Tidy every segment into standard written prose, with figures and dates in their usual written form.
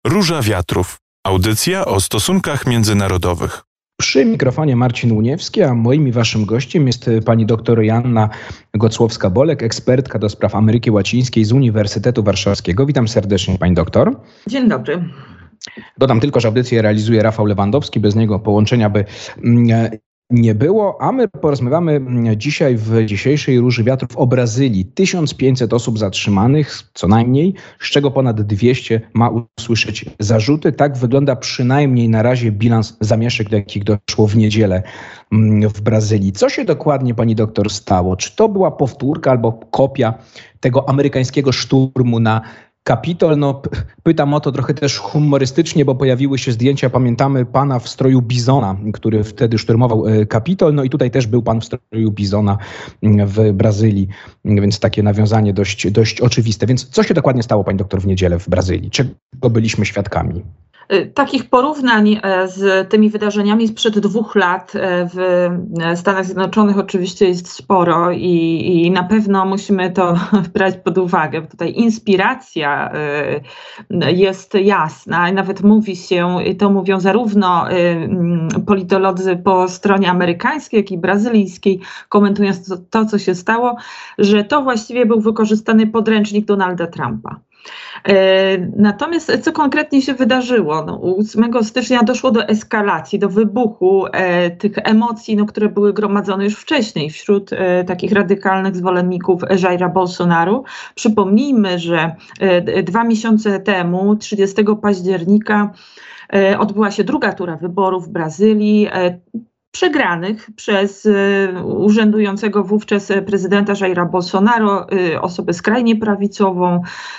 Róża Wiatrów. Audycja o stosunkach międzynarodowych. Przy mikrofonie Marcin Łuniewski, a moim i waszym gościem jest pani doktor Joanna Gocłowska-Bolek, ekspertka do spraw Ameryki Łacińskiej z Uniwersytetu Warszawskiego. Witam serdecznie, pani doktor. Dzień dobry. Dodam tylko, że audycję realizuje Rafał Lewandowski, bez niego połączenia by nie było, a my porozmawiamy dzisiaj w dzisiejszej Róży Wiatrów o Brazylii. 1500 osób zatrzymanych, co najmniej, z czego ponad 200 ma usłyszeć zarzuty. Tak wygląda przynajmniej na razie bilans zamieszek, do jakich doszło w niedzielę w Brazylii. Co się dokładnie, pani doktor, stało? Czy to była powtórka albo kopia tego amerykańskiego szturmu na Kapitol? No, pytam o to trochę też humorystycznie, bo pojawiły się zdjęcia, pamiętamy pana w stroju bizona, który wtedy szturmował Kapitol. No i tutaj też był pan w stroju bizona w Brazylii, więc takie nawiązanie dość oczywiste. Więc co się dokładnie stało, pani doktor, w niedzielę w Brazylii? Czego byliśmy świadkami? Takich porównań z tymi wydarzeniami sprzed 2 lat w Stanach Zjednoczonych oczywiście jest sporo i na pewno musimy to brać pod uwagę. Tutaj inspiracja jest jasna i nawet mówi się, to mówią zarówno politolodzy po stronie amerykańskiej, jak i brazylijskiej, komentując to, co się stało, że to właściwie był wykorzystany podręcznik Donalda Trumpa. Natomiast co konkretnie się wydarzyło? 8 stycznia doszło do eskalacji, do wybuchu tych emocji, które były gromadzone już wcześniej wśród takich radykalnych zwolenników Jaira Bolsonaru. Przypomnijmy, że 2 miesiące temu, 30 października, odbyła się druga tura wyborów w Brazylii, przegranych przez urzędującego wówczas prezydenta Jaira Bolsonaro, osobę skrajnie prawicową.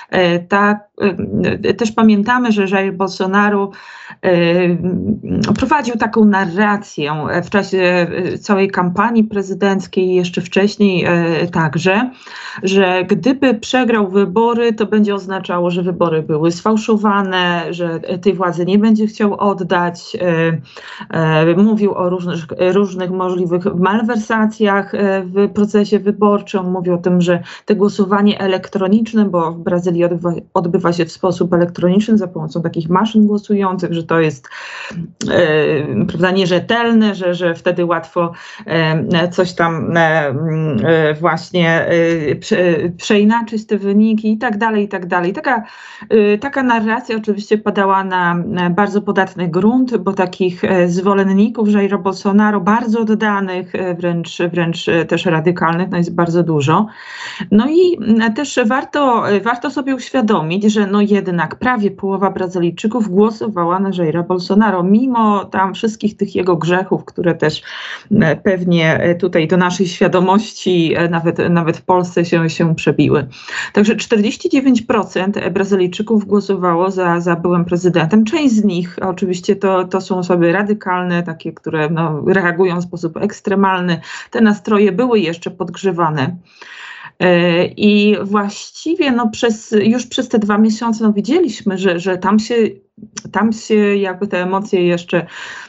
Też pamiętamy, że Jair Bolsonaro prowadził taką narrację w czasie całej kampanii prezydenckiej, jeszcze wcześniej także, że gdyby przegrał wybory, to będzie oznaczało, że wybory były sfałszowane, że tej władzy nie będzie chciał oddać. Mówił o różnych możliwych malwersacjach w procesie wyborczym. Mówił o tym, że to głosowanie elektroniczne, bo w Brazylii odbywa się w sposób elektroniczny za pomocą takich maszyn głosujących, że to jest prawda, nierzetelne, że wtedy łatwo coś tam właśnie przeinaczyć te wyniki i tak dalej, i tak dalej. Taka narracja oczywiście padała na bardzo podatny grunt, bo takich zwolenników Jaira Bolsonaro, bardzo oddanych, wręcz też radykalnych, jest bardzo dużo. No i też warto sobie uświadomić, że jednak prawie połowa Brazylijczyków głosowała na Jaira Bolsonaro, mimo tam wszystkich tych jego grzechów, które też pewnie tutaj do naszej świadomości nawet w Polsce się przebiły. Także 49% Brazylijczyków głosowało za byłym prezydentem. Część z nich oczywiście to są osoby radykalne, takie, które reagują w sposób ekstremalny. Te nastroje były jeszcze podgrzewane. I właściwie już przez te 2 miesiące widzieliśmy, że tam się jakby te emocje jeszcze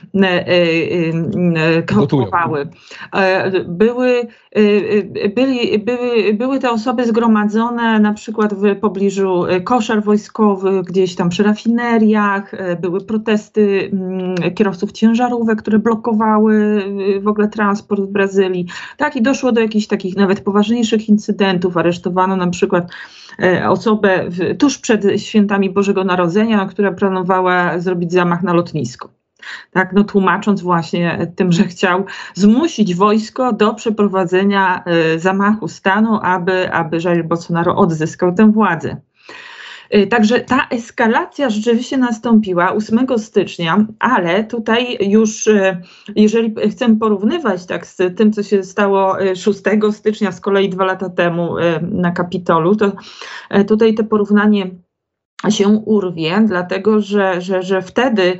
kołowały. Były te osoby zgromadzone na przykład w pobliżu koszar wojskowych, gdzieś tam przy rafineriach, były protesty kierowców ciężarówek, które blokowały w ogóle transport w Brazylii. Tak, i doszło do jakichś takich nawet poważniejszych incydentów. Aresztowano na przykład osobę tuż przed świętami Bożego Narodzenia, która planowała zrobić zamach na lotnisko. Tak, tłumacząc właśnie tym, że chciał zmusić wojsko do przeprowadzenia zamachu stanu, aby Jair Bolsonaro odzyskał tę władzę. Także ta eskalacja rzeczywiście nastąpiła 8 stycznia, ale tutaj już, jeżeli chcemy porównywać tak z tym, co się stało 6 stycznia, z kolei 2 lata temu na Kapitolu, to tutaj to porównanie się urwie, dlatego że wtedy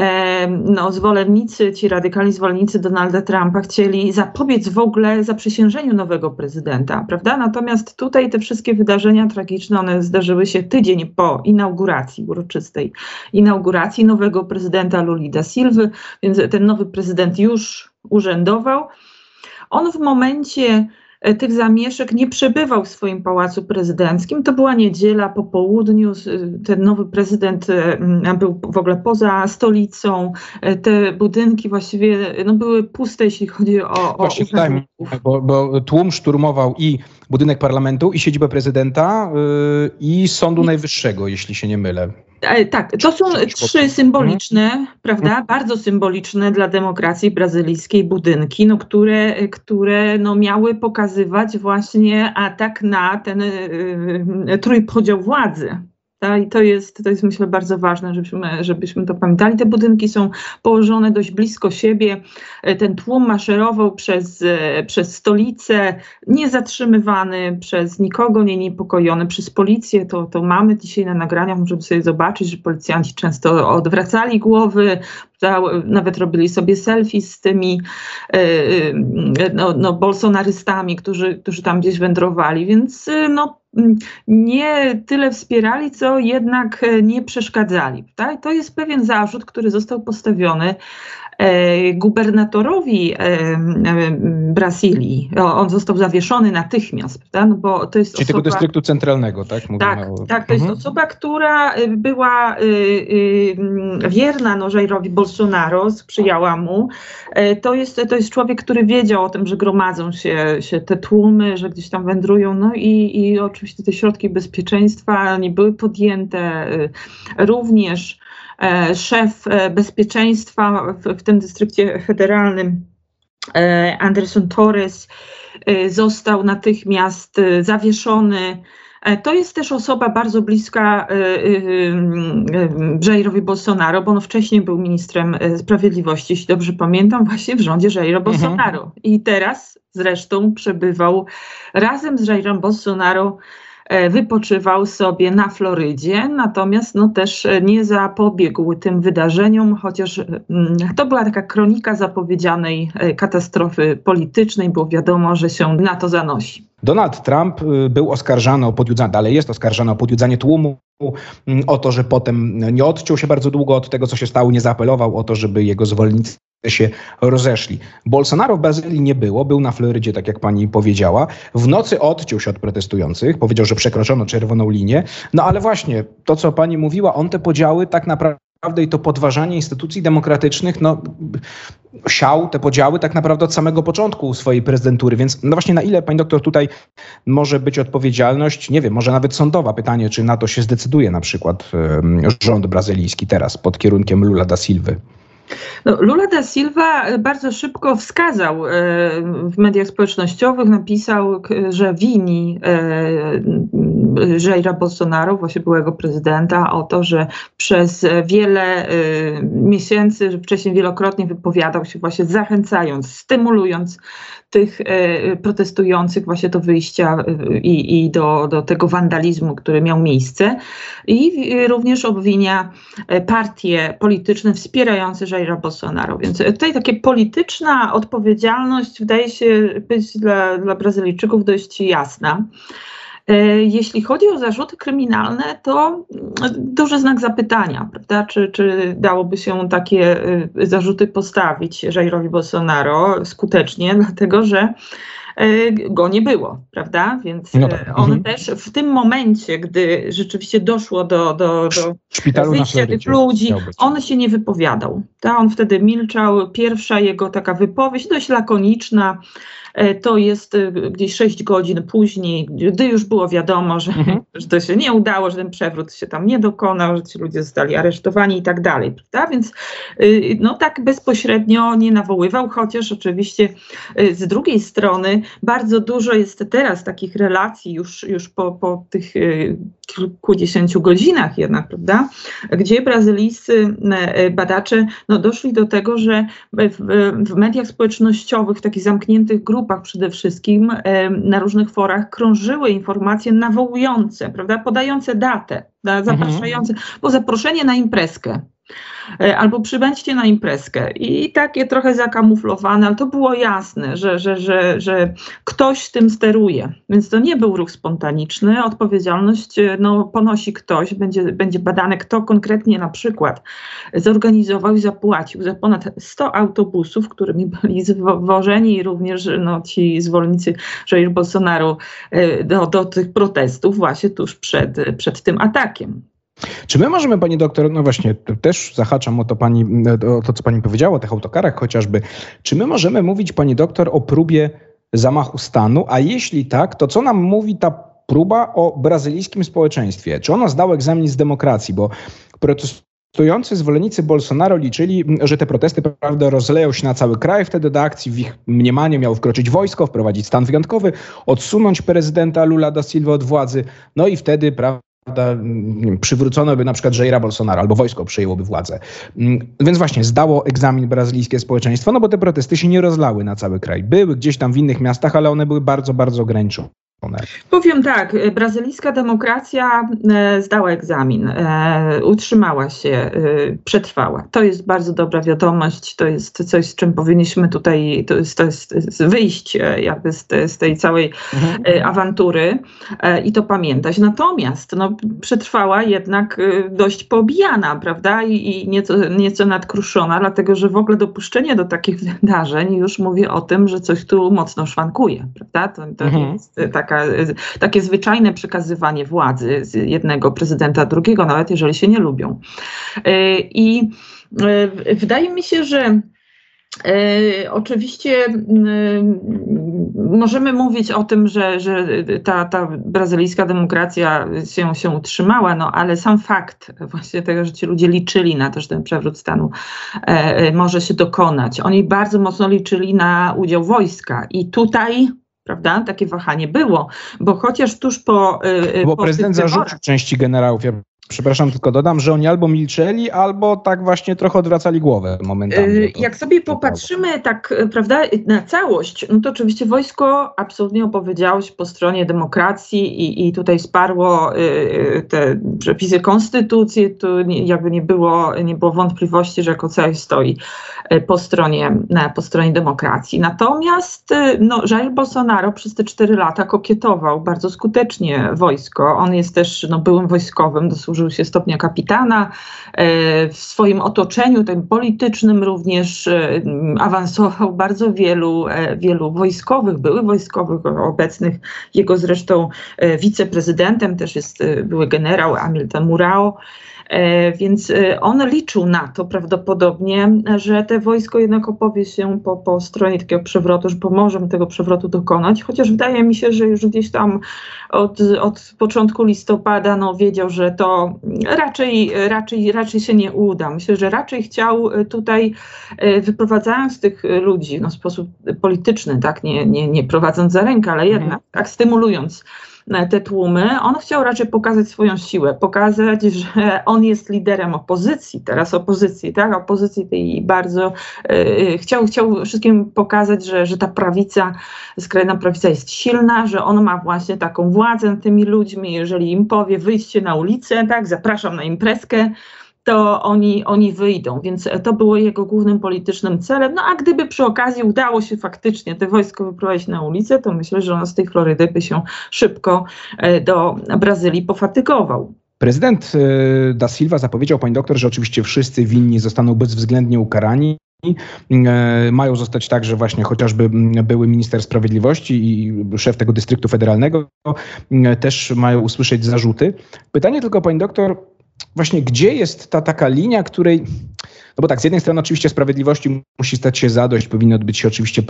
ci radykalni zwolennicy Donalda Trumpa chcieli zapobiec w ogóle zaprzysiężeniu nowego prezydenta, prawda? Natomiast tutaj te wszystkie wydarzenia tragiczne, one zdarzyły się tydzień po uroczystej inauguracji nowego prezydenta Luli da Silvy, więc ten nowy prezydent już urzędował. On w momencie tych zamieszek nie przebywał w swoim pałacu prezydenckim. To była niedziela po południu. Ten nowy prezydent był w ogóle poza stolicą. Te budynki właściwie były puste, jeśli chodzi o urzędników. Bo tłum szturmował i budynek parlamentu, i siedzibę prezydenta, i Sądu Najwyższego, jeśli się nie mylę. Tak, to są trzy symboliczne, prawda, bardzo symboliczne dla demokracji brazylijskiej budynki, które miały pokazywać właśnie atak na ten trójpodział władzy. I to jest myślę bardzo ważne, żebyśmy to pamiętali. Te budynki są położone dość blisko siebie. Ten tłum maszerował przez stolicę, niezatrzymywany przez nikogo, nie niepokojony przez policję. To mamy dzisiaj na nagraniach, możemy sobie zobaczyć, że policjanci często odwracali głowy, nawet robili sobie selfie z tymi bolsonarystami, którzy tam gdzieś wędrowali, więc nie tyle wspierali, co jednak nie przeszkadzali. Tak? I to jest pewien zarzut, który został postawiony gubernatorowi Brazylii. On został zawieszony natychmiast, prawda? Bo to jest Czyli tego dystryktu centralnego, tak? Tak, to jest osoba, która była wierna Jairowi Bolsonaro, sprzyjała mu. To jest człowiek, który wiedział o tym, że gromadzą się te tłumy, że gdzieś tam wędrują, i oczywiście te środki bezpieczeństwa nie były podjęte. Również szef bezpieczeństwa w tym dystrykcie federalnym, Anderson Torres, został natychmiast zawieszony. To jest też osoba bardzo bliska Jairowi Bolsonaro, bo on wcześniej był ministrem sprawiedliwości, jeśli dobrze pamiętam, właśnie w rządzie Jaira Bolsonaro. I teraz zresztą przebywał razem z Jairem Bolsonaro, wypoczywał sobie na Florydzie, natomiast też nie zapobiegł tym wydarzeniom, chociaż to była taka kronika zapowiedzianej katastrofy politycznej, było wiadomo, że się na to zanosi. Donald Trump był oskarżany o podjudzanie, dalej jest oskarżany o podjudzanie tłumu, o to, że potem nie odciął się bardzo długo od tego, co się stało, nie zaapelował o to, żeby jego zwolennicy się rozeszli. Bolsonaro w Brazylii nie było, był na Florydzie, tak jak pani powiedziała. W nocy odciął się od protestujących, powiedział, że przekroczono czerwoną linię. Ale właśnie to, co pani mówiła, on te podziały tak naprawdę i to podważanie instytucji demokratycznych, siał te podziały tak naprawdę od samego początku swojej prezydentury. Więc właśnie na ile, pani doktor, tutaj może być odpowiedzialność, nie wiem, może nawet sądowa. Pytanie, czy na to się zdecyduje na przykład rząd brazylijski teraz pod kierunkiem Lula da Silvy? Lula da Silva bardzo szybko wskazał w mediach społecznościowych, napisał, że wini Jaira Bolsonaro, właśnie byłego prezydenta, o to, że przez wiele miesięcy, że wcześniej wielokrotnie wypowiadał się właśnie zachęcając, stymulując tych protestujących właśnie do wyjścia i do tego wandalizmu, który miał miejsce. I również obwinia partie polityczne wspierające Jaira Bolsonaro. Więc tutaj taka polityczna odpowiedzialność wydaje się być dla Brazylijczyków dość jasna. Jeśli chodzi o zarzuty kryminalne, to duży znak zapytania, prawda? Czy dałoby się takie zarzuty postawić Jairowi Bolsonaro skutecznie, dlatego że go nie było, prawda? Więc on też w tym momencie, gdy rzeczywiście doszło do wyjścia tych ludzi, on się nie wypowiadał. On wtedy milczał. Pierwsza jego taka wypowiedź, dość lakoniczna, to jest gdzieś 6 godzin później, gdy już było wiadomo, że to się nie udało, że ten przewrót się tam nie dokonał, że ci ludzie zostali aresztowani i tak dalej, prawda? Więc tak bezpośrednio nie nawoływał, chociaż oczywiście z drugiej strony bardzo dużo jest teraz takich relacji już po tych kilkudziesięciu godzinach jednak, prawda? Gdzie brazylijscy badacze doszli do tego, że w mediach społecznościowych, w takich zamkniętych grupach przede wszystkim, na różnych forach krążyły informacje nawołujące, prawda? Podające datę, zapraszające, bo zaproszenie na imprezkę. Albo przybędźcie na imprezkę. I takie trochę zakamuflowane, ale to było jasne, że ktoś tym steruje. Więc to nie był ruch spontaniczny. Odpowiedzialność ponosi ktoś, będzie badane, kto konkretnie na przykład zorganizował i zapłacił za ponad 100 autobusów, którymi byli zwożeni również ci zwolennicy Jair Bolsonaro do tych protestów właśnie tuż przed tym atakiem. Czy my możemy, pani doktor, no właśnie, też zahaczam o to, co pani powiedziała, o tych autokarach chociażby, czy my możemy mówić, pani doktor, o próbie zamachu stanu, a jeśli tak, to co nam mówi ta próba o brazylijskim społeczeństwie? Czy ono zdało egzamin z demokracji? Bo protestujący zwolennicy Bolsonaro liczyli, że te protesty, prawda, rozleją się na cały kraj, wtedy do akcji w ich mniemaniu miało wkroczyć wojsko, wprowadzić stan wyjątkowy, odsunąć prezydenta Lula da Silva od władzy, no i wtedy, prawda, przywrócono by na przykład Jaira Bolsonaro, albo wojsko przejęłoby władzę. Więc właśnie zdało egzamin brazylijskie społeczeństwo, no bo te protesty się nie rozlały na cały kraj. Były gdzieś tam w innych miastach, ale one były bardzo, bardzo ograniczone. Powiem tak, brazylijska demokracja zdała egzamin, utrzymała się, przetrwała. To jest bardzo dobra wiadomość, to jest coś, z czym powinniśmy tutaj, to jest wyjść jakby z tej całej awantury i to pamiętać. Natomiast przetrwała jednak dość poobijana, prawda, i nieco nadkruszona, dlatego że w ogóle dopuszczenie do takich wydarzeń już mówi o tym, że coś tu mocno szwankuje, prawda, to jest takie zwyczajne przekazywanie władzy z jednego prezydenta drugiego, nawet jeżeli się nie lubią. I wydaje mi się, że oczywiście możemy mówić o tym, że ta brazylijska demokracja się utrzymała, ale sam fakt właśnie tego, że ci ludzie liczyli na to, że ten przewrót stanu może się dokonać. Oni bardzo mocno liczyli na udział wojska i tutaj, prawda, takie wahanie było, bo chociaż tuż po prezydent zarzucił części generałów. Ja przepraszam, tylko dodam, że oni albo milczeli, albo tak właśnie trochę odwracali głowę momentami. Jak sobie popatrzymy tak, prawda, na całość, to oczywiście wojsko absolutnie opowiedziało się po stronie demokracji i tutaj wsparło te przepisy konstytucji. Tu jakby nie było wątpliwości, że jako całość stoi po stronie demokracji. Natomiast Jair Bolsonaro przez te 4 lata kokietował bardzo skutecznie wojsko. On jest też byłym wojskowym, dosłużył się stopnia kapitana. W swoim otoczeniu, tym politycznym również awansował bardzo wielu wojskowych, byłych wojskowych, obecnych. Jego zresztą wiceprezydentem też jest były generał Hamilton Mourão. Więc on liczył na to prawdopodobnie, że te wojsko jednak opowie się po stronie takiego przewrotu, że pomoże mu tego przewrotu dokonać, chociaż wydaje mi się, że już gdzieś tam od początku listopada wiedział, że to raczej się nie uda. Myślę, że raczej chciał tutaj, wyprowadzając tych ludzi w sposób polityczny, tak, nie prowadząc za rękę, ale jednak tak stymulując te tłumy, on chciał raczej pokazać swoją siłę, pokazać, że on jest liderem opozycji, teraz opozycji, tak, opozycji tej bardzo, chciał wszystkim pokazać, że ta prawica, skrajna prawica jest silna, że on ma właśnie taką władzę nad tymi ludźmi, jeżeli im powie wyjście na ulicę, tak, zapraszam na imprezkę, to oni wyjdą, więc to było jego głównym politycznym celem. A gdyby przy okazji udało się faktycznie te wojsko wyprowadzić na ulicę, to myślę, że on z tej Florydy by się szybko do Brazylii pofatygował. Prezydent da Silva zapowiedział, pani doktor, że oczywiście wszyscy winni zostaną bezwzględnie ukarani. Mają zostać także właśnie chociażby były minister sprawiedliwości i szef tego dystryktu federalnego też mają usłyszeć zarzuty. Pytanie tylko, pani doktor, właśnie gdzie jest ta taka linia, której, bo tak, z jednej strony oczywiście sprawiedliwości musi stać się zadość, powinny odbyć się oczywiście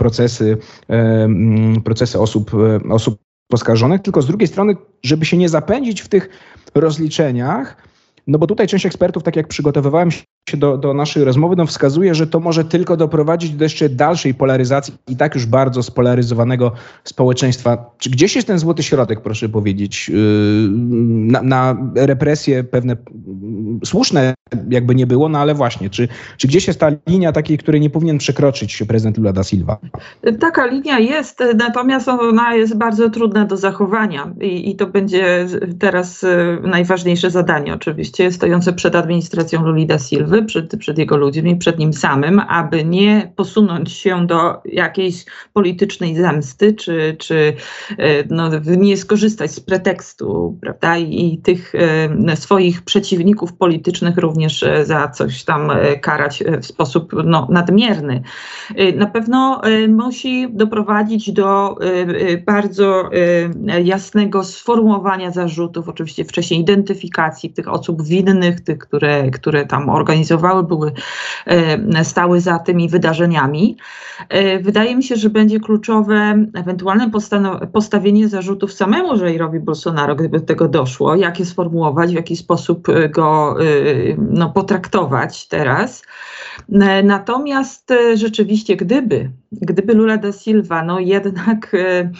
procesy osób oskarżonych, tylko z drugiej strony, żeby się nie zapędzić w tych rozliczeniach, bo tutaj część ekspertów, tak jak przygotowywałem się do naszej rozmowy, wskazuje, że to może tylko doprowadzić do jeszcze dalszej polaryzacji i tak już bardzo spolaryzowanego społeczeństwa. Czy gdzieś jest ten złoty środek, proszę powiedzieć, na represje pewne słuszne, jakby nie było, ale właśnie, czy gdzieś jest ta linia takiej, której nie powinien przekroczyć prezydent Lula da Silva? Taka linia jest, natomiast ona jest bardzo trudna do zachowania i to będzie teraz najważniejsze zadanie oczywiście stojące przed administracją Luli da Silva, głowy przed jego ludźmi, przed nim samym, aby nie posunąć się do jakiejś politycznej zemsty, czy nie skorzystać z pretekstu, prawda, i tych swoich przeciwników politycznych również za coś tam karać w sposób nadmierny. Na pewno musi doprowadzić do bardzo jasnego sformułowania zarzutów, oczywiście wcześniej identyfikacji tych osób winnych, tych, które tam organizowały, stały za tymi wydarzeniami. Wydaje mi się, że będzie kluczowe ewentualne postawienie zarzutów samemu Jairowi Bolsonaro, gdyby do tego doszło, jak je sformułować, w jaki sposób go potraktować teraz. Natomiast rzeczywiście, gdyby Lula da Silva jednak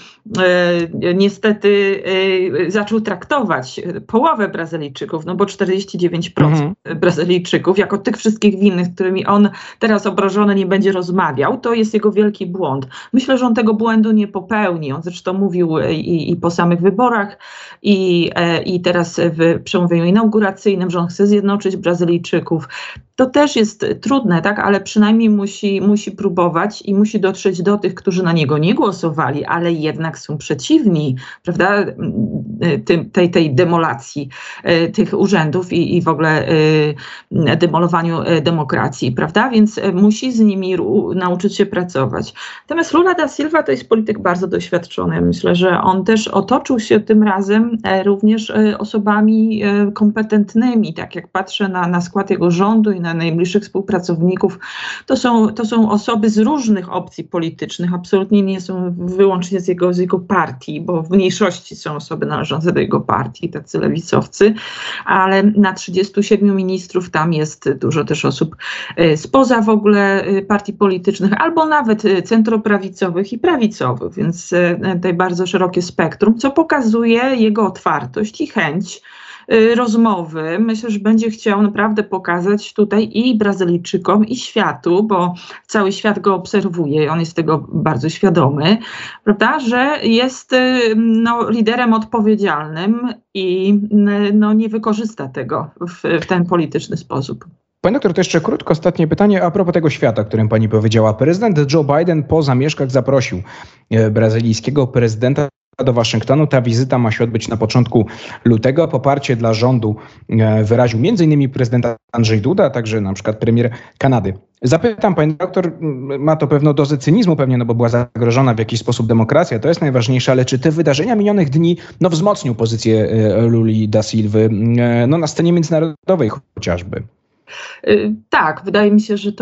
niestety zaczął traktować połowę Brazylijczyków, bo 49% Brazylijczyków jako tych wszystkich winnych, z którymi on teraz obrażony nie będzie rozmawiał, to jest jego wielki błąd. Myślę, że on tego błędu nie popełni. On zresztą mówił i po samych wyborach i teraz w przemówieniu inauguracyjnym, że on chce zjednoczyć Brazylijczyków. To też jest trudne, tak, ale przynajmniej musi próbować i musi dotrzeć do tych, którzy na niego nie głosowali, ale jednak są przeciwni, prawda, tej demolacji tych urzędów i w ogóle demolowaniu demokracji, prawda, więc musi z nimi nauczyć się pracować. Natomiast Lula da Silva to jest polityk bardzo doświadczony. Myślę, że on też otoczył się tym razem również osobami kompetentnymi, tak jak patrzę na skład jego rządu i na najbliższych współpracowników, to są osoby z różnych opcji politycznych, absolutnie nie są wyłącznie z jego partii, bo w mniejszości są osoby należące do jego partii, tacy lewicowcy, ale na 37 ministrów tam jest dużo też osób spoza w ogóle partii politycznych, albo nawet centroprawicowych i prawicowych, więc tutaj bardzo szerokie spektrum, co pokazuje jego otwartość i chęć rozmowy. Myślę, że będzie chciał naprawdę pokazać tutaj i Brazylijczykom, i światu, bo cały świat go obserwuje i on jest tego bardzo świadomy, prawda, że jest liderem odpowiedzialnym i nie wykorzysta tego w ten polityczny sposób. Pani doktor, to jeszcze krótko ostatnie pytanie a propos tego świata, o którym pani powiedziała. Prezydent Joe Biden po zamieszkach zaprosił brazylijskiego prezydenta do Waszyngtonu. Ta wizyta ma się odbyć na początku lutego. Poparcie dla rządu wyraził m.in. prezydent Andrzej Duda, a także na przykład premier Kanady. Zapytam, pani doktor, ma to pewną dozę cynizmu pewnie, bo była zagrożona w jakiś sposób demokracja, to jest najważniejsze, ale czy te wydarzenia minionych dni wzmocnią pozycję Luli da Silvy na scenie międzynarodowej chociażby? Tak, wydaje mi się, że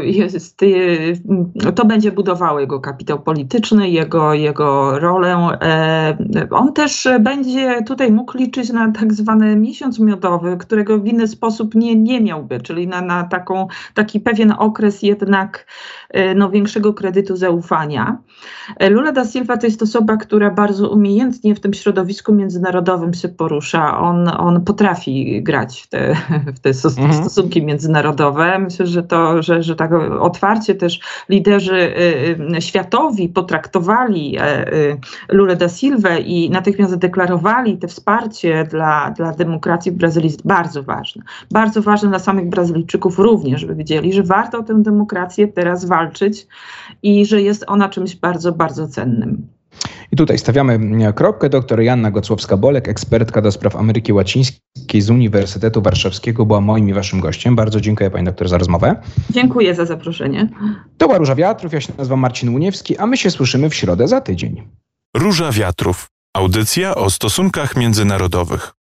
to będzie budowało jego kapitał polityczny, jego rolę. On też będzie tutaj mógł liczyć na tak zwany miesiąc miodowy, którego w inny sposób nie miałby, czyli na taki pewien okres jednak większego kredytu zaufania. Lula da Silva to jest osoba, która bardzo umiejętnie w tym środowisku międzynarodowym się porusza. On potrafi grać w te stosunki międzynarodowe. Myślę, że tak otwarcie też liderzy światowi potraktowali Lulę da Silvę i natychmiast zadeklarowali te wsparcie dla demokracji w Brazylii jest bardzo ważne. Bardzo ważne dla samych Brazylijczyków również, żeby wiedzieli, że warto o tę demokrację teraz walczyć i że jest ona czymś bardzo, bardzo cennym. I tutaj stawiamy kropkę. Doktor Joanna Gocłowska-Bolek, ekspertka do spraw Ameryki Łacińskiej z Uniwersytetu Warszawskiego, była moim i waszym gościem. Bardzo dziękuję pani doktor za rozmowę. Dziękuję za zaproszenie. To była Róża Wiatrów, ja się nazywam Marcin Łuniewski, a my się słyszymy w środę za tydzień. Róża Wiatrów. Audycja o stosunkach międzynarodowych.